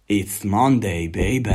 It's Monday, baby!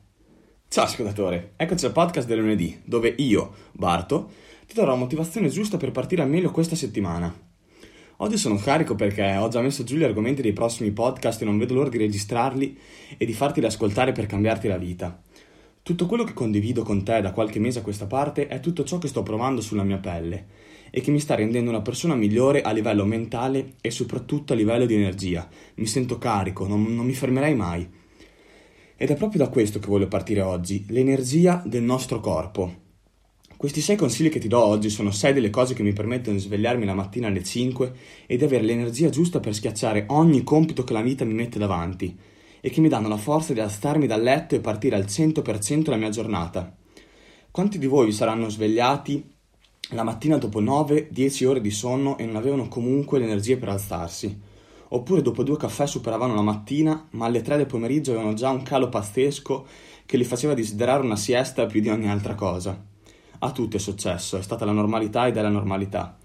Ciao ascoltatore, eccoci al podcast del lunedì, dove io, Barto, ti darò la motivazione giusta per partire al meglio questa settimana. Oggi sono carico perché ho già messo giù gli argomenti dei prossimi podcast e non vedo l'ora di registrarli e di farteli ascoltare per cambiarti la vita. Tutto quello che condivido con te da qualche mese a questa parte è tutto ciò che sto provando sulla mia pelle e che mi sta rendendo una persona migliore a livello mentale e soprattutto a livello di energia. Mi sento carico, non mi fermerei mai. Ed è proprio da questo che voglio partire oggi, l'energia del nostro corpo. Questi 6 consigli che ti do oggi sono 6 delle cose che mi permettono di svegliarmi la mattina alle 5 e di avere l'energia giusta per schiacciare ogni compito che la vita mi mette davanti e che mi danno la forza di alzarmi dal letto e partire al 100% la mia giornata. Quanti di voi vi saranno svegliati la mattina dopo 9-10 ore di sonno e non avevano comunque l'energia per alzarsi? Oppure dopo 2 caffè superavano la mattina, ma alle 3 del pomeriggio avevano già un calo pazzesco che li faceva desiderare una siesta più di ogni altra cosa. A tutti è successo, è stata la normalità ed è la normalità.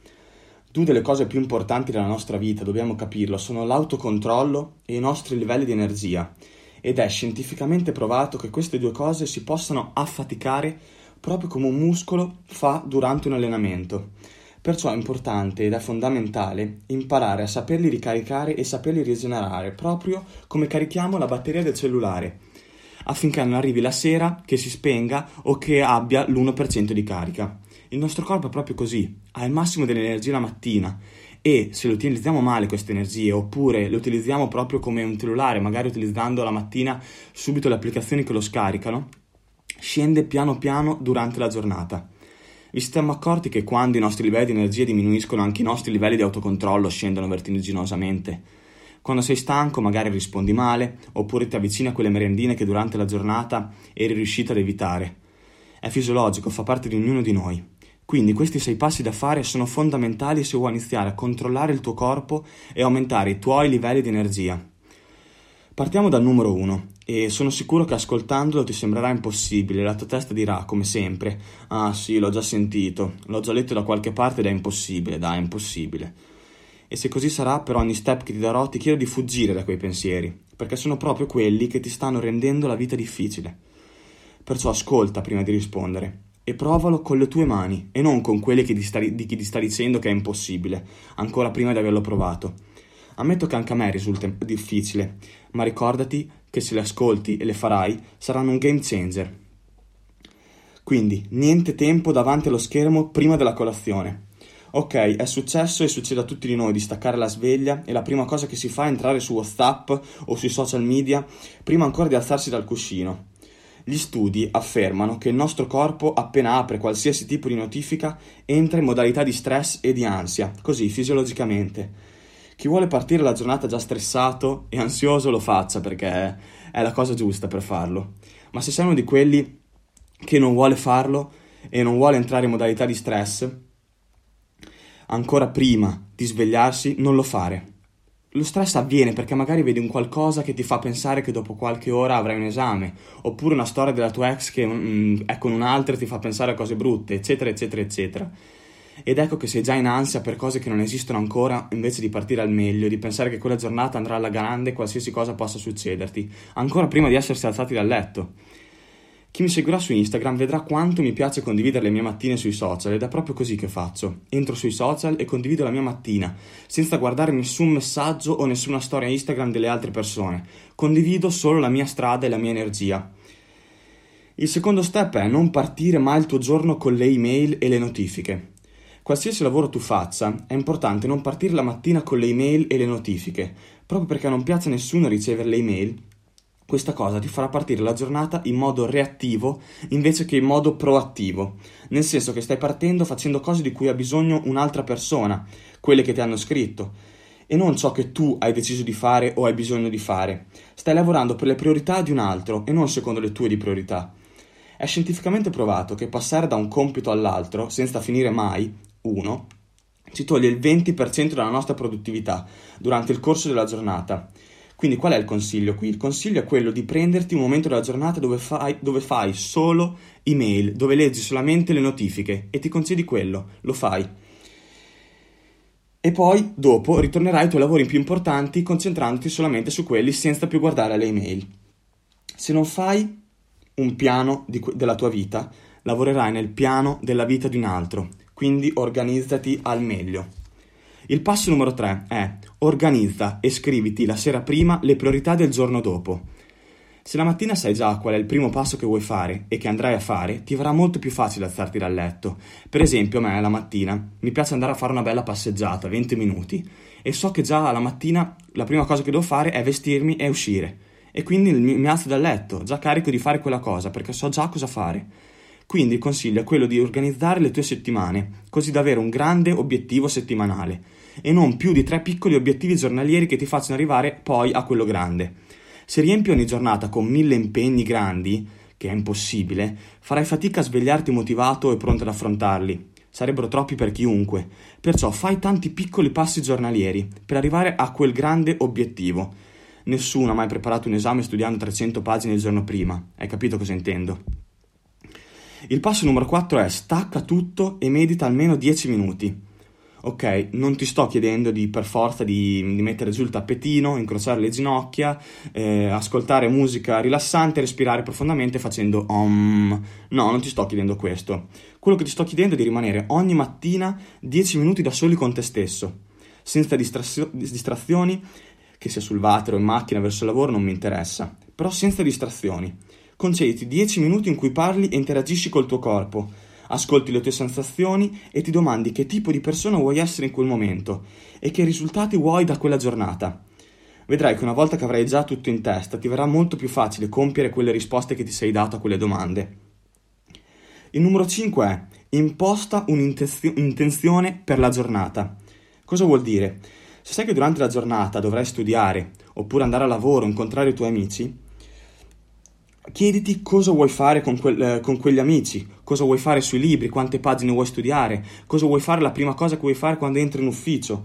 2 delle cose più importanti della nostra vita, dobbiamo capirlo, sono l'autocontrollo e i nostri livelli di energia. Ed è scientificamente provato che queste 2 cose si possano affaticare proprio come un muscolo fa durante un allenamento. Perciò è importante ed è fondamentale imparare a saperli ricaricare e saperli rigenerare, proprio come carichiamo la batteria del cellulare, affinché non arrivi la sera che si spenga o che abbia l'1% di carica. Il nostro corpo è proprio così, ha il massimo dell'energia la mattina e se lo utilizziamo male queste energie oppure le utilizziamo proprio come un cellulare, magari utilizzando la mattina subito le applicazioni che lo scaricano, scende piano piano durante la giornata. Vi siamo accorti che quando i nostri livelli di energia diminuiscono anche i nostri livelli di autocontrollo scendono vertiginosamente? Quando sei stanco magari rispondi male oppure ti avvicini a quelle merendine che durante la giornata eri riuscito ad evitare. È fisiologico, fa parte di ognuno di noi. Quindi questi 6 passi da fare sono fondamentali se vuoi iniziare a controllare il tuo corpo e aumentare i tuoi livelli di energia. Partiamo dal numero 1 e sono sicuro che ascoltandolo ti sembrerà impossibile, la tua testa dirà come sempre: ah sì, l'ho già sentito, l'ho già letto da qualche parte ed è impossibile, dai, è impossibile. E se così sarà, per ogni step che ti darò ti chiedo di fuggire da quei pensieri, perché sono proprio quelli che ti stanno rendendo la vita difficile. Perciò ascolta prima di rispondere e provalo con le tue mani e non con quelle di chi ti sta dicendo che è impossibile, ancora prima di averlo provato. Ammetto che anche a me risulta difficile, ma ricordati che se le ascolti e le farai saranno un game changer. Quindi, niente tempo davanti allo schermo prima della colazione. Ok, è successo e succede a tutti di noi di staccare la sveglia e la prima cosa che si fa è entrare su WhatsApp o sui social media prima ancora di alzarsi dal cuscino. Gli studi affermano che il nostro corpo, appena apre qualsiasi tipo di notifica, entra in modalità di stress e di ansia, così fisiologicamente. Chi vuole partire la giornata già stressato e ansioso lo faccia perché è la cosa giusta per farlo. Ma se sei uno di quelli che non vuole farlo e non vuole entrare in modalità di stress, ancora prima di svegliarsi, non lo fare. Lo stress avviene perché magari vedi un qualcosa che ti fa pensare che dopo qualche ora avrai un esame, oppure una storia della tua ex che è con un'altra e ti fa pensare a cose brutte, eccetera, eccetera, eccetera. Ed ecco che sei già in ansia per cose che non esistono ancora, invece di partire al meglio, di pensare che quella giornata andrà alla grande qualsiasi cosa possa succederti, ancora prima di essersi alzati dal letto. Chi mi seguirà su Instagram vedrà quanto mi piace condividere le mie mattine sui social ed è proprio così che faccio. Entro sui social e condivido la mia mattina, senza guardare nessun messaggio o nessuna storia Instagram delle altre persone. Condivido solo la mia strada e la mia energia. Il secondo step è non partire mai il tuo giorno con le email e le notifiche. Qualsiasi lavoro tu faccia, è importante non partire la mattina con le email e le notifiche, proprio perché non piace a nessuno ricevere le email. Questa cosa ti farà partire la giornata in modo reattivo invece che in modo proattivo, nel senso che stai partendo facendo cose di cui ha bisogno un'altra persona, quelle che ti hanno scritto, e non ciò che tu hai deciso di fare o hai bisogno di fare. Stai lavorando per le priorità di un altro e non secondo le tue di priorità. È scientificamente provato che passare da un compito all'altro, senza finire mai, ci toglie il 20% della nostra produttività durante il corso della giornata. Quindi qual è il consiglio qui? Il consiglio è quello di prenderti un momento della giornata dove fai solo email, dove leggi solamente le notifiche e ti concedi quello, lo fai. E poi, dopo, ritornerai ai tuoi lavori più importanti concentrandoti solamente su quelli senza più guardare le email. Se non fai un piano della tua vita, lavorerai nel piano della vita di un altro, quindi organizzati al meglio. Il passo numero 3 è: organizza e scriviti la sera prima le priorità del giorno dopo. Se la mattina sai già qual è il primo passo che vuoi fare e che andrai a fare, ti verrà molto più facile alzarti dal letto. Per esempio, a me la mattina mi piace andare a fare una bella passeggiata, 20 minuti, e so che già la mattina la prima cosa che devo fare è vestirmi e uscire. E quindi mi alzo dal letto, già carico di fare quella cosa, perché so già cosa fare. Quindi il consiglio è quello di organizzare le tue settimane, così da avere un grande obiettivo settimanale, e non più di 3 piccoli obiettivi giornalieri che ti facciano arrivare poi a quello grande. Se riempi ogni giornata con 1000 impegni grandi, che è impossibile, farai fatica a svegliarti motivato e pronto ad affrontarli. Sarebbero troppi per chiunque. Perciò fai tanti piccoli passi giornalieri per arrivare a quel grande obiettivo. Nessuno ha mai preparato un esame studiando 300 pagine il giorno prima. Hai capito cosa intendo? Il passo numero 4 è: stacca tutto e medita almeno 10 minuti. Ok, non ti sto chiedendo per forza di mettere giù il tappetino, incrociare le ginocchia, ascoltare musica rilassante, respirare profondamente facendo om. No, non ti sto chiedendo questo. Quello che ti sto chiedendo è di rimanere ogni mattina 10 minuti da soli con te stesso, senza distrazioni, che sia sul water o in macchina verso il lavoro non mi interessa, però senza distrazioni. Concediti 10 minuti in cui parli e interagisci col tuo corpo. Ascolti le tue sensazioni e ti domandi che tipo di persona vuoi essere in quel momento e che risultati vuoi da quella giornata. Vedrai che una volta che avrai già tutto in testa ti verrà molto più facile compiere quelle risposte che ti sei dato a quelle domande. Il numero 5 è: imposta un'intenzione per la giornata. Cosa vuol dire? Se sai che durante la giornata dovrai studiare oppure andare a lavoro o incontrare i tuoi amici, chiediti cosa vuoi fare con quegli amici, cosa vuoi fare sui libri, quante pagine vuoi studiare, cosa vuoi fare la prima cosa che vuoi fare quando entri in ufficio,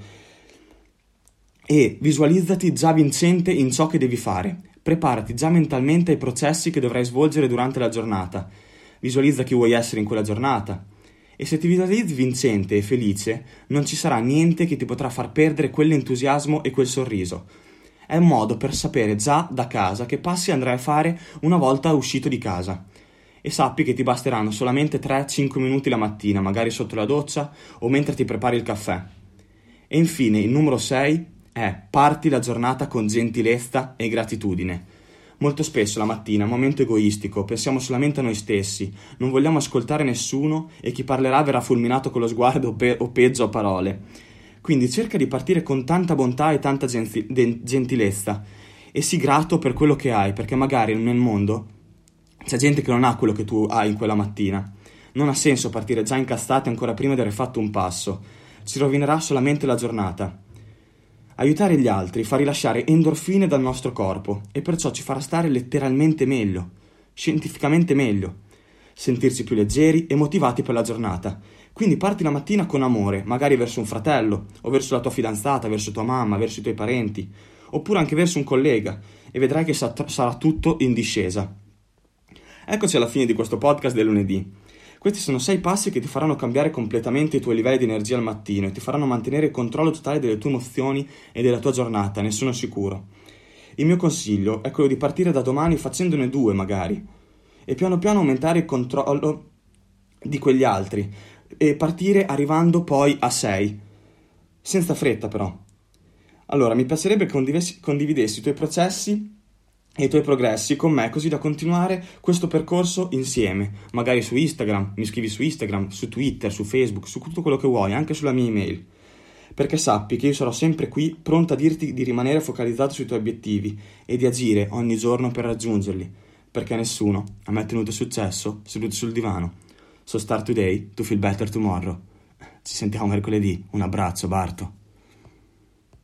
e visualizzati già vincente in ciò che devi fare. Preparati già mentalmente ai processi che dovrai svolgere durante la giornata. Visualizza chi vuoi essere in quella giornata. E se ti visualizzi vincente e felice, non ci sarà niente che ti potrà far perdere quell'entusiasmo e quel sorriso. È un modo per sapere già da casa che passi andrai a fare una volta uscito di casa. E sappi che ti basteranno solamente 3-5 minuti la mattina, magari sotto la doccia o mentre ti prepari il caffè. E infine il numero 6 è: parti la giornata con gentilezza e gratitudine. Molto spesso la mattina è un momento egoistico, pensiamo solamente a noi stessi, non vogliamo ascoltare nessuno e chi parlerà verrà fulminato con lo sguardo o peggio a parole. Quindi cerca di partire con tanta bontà e tanta gentilezza e sii grato per quello che hai, perché magari nel mondo c'è gente che non ha quello che tu hai in quella mattina. Non ha senso partire già incazzati ancora prima di aver fatto un passo. Ci rovinerà solamente la giornata. Aiutare gli altri fa rilasciare endorfine dal nostro corpo e perciò ci farà stare letteralmente meglio, scientificamente meglio, sentirci più leggeri e motivati per la giornata. Quindi parti la mattina con amore, magari verso un fratello, o verso la tua fidanzata, verso tua mamma, verso i tuoi parenti, oppure anche verso un collega, e vedrai che sarà tutto in discesa. Eccoci alla fine di questo podcast del lunedì. Questi sono 6 passi che ti faranno cambiare completamente i tuoi livelli di energia al mattino e ti faranno mantenere il controllo totale delle tue emozioni e della tua giornata, ne sono sicuro. Il mio consiglio è quello di partire da domani facendone 2 magari, e piano piano aumentare il controllo di quegli altri, e partire arrivando poi a 6, senza fretta però. Allora, mi piacerebbe che condividessi i tuoi processi e i tuoi progressi con me, così da continuare questo percorso insieme, magari su Instagram, mi scrivi su Instagram, su Twitter, su Facebook, su tutto quello che vuoi, anche sulla mia email, perché sappi che io sarò sempre qui, pronto a dirti di rimanere focalizzato sui tuoi obiettivi e di agire ogni giorno per raggiungerli, perché nessuno ha mai ottenuto successo seduto sul divano. So start today to feel better tomorrow. Ci sentiamo mercoledì. Un abbraccio, Barto.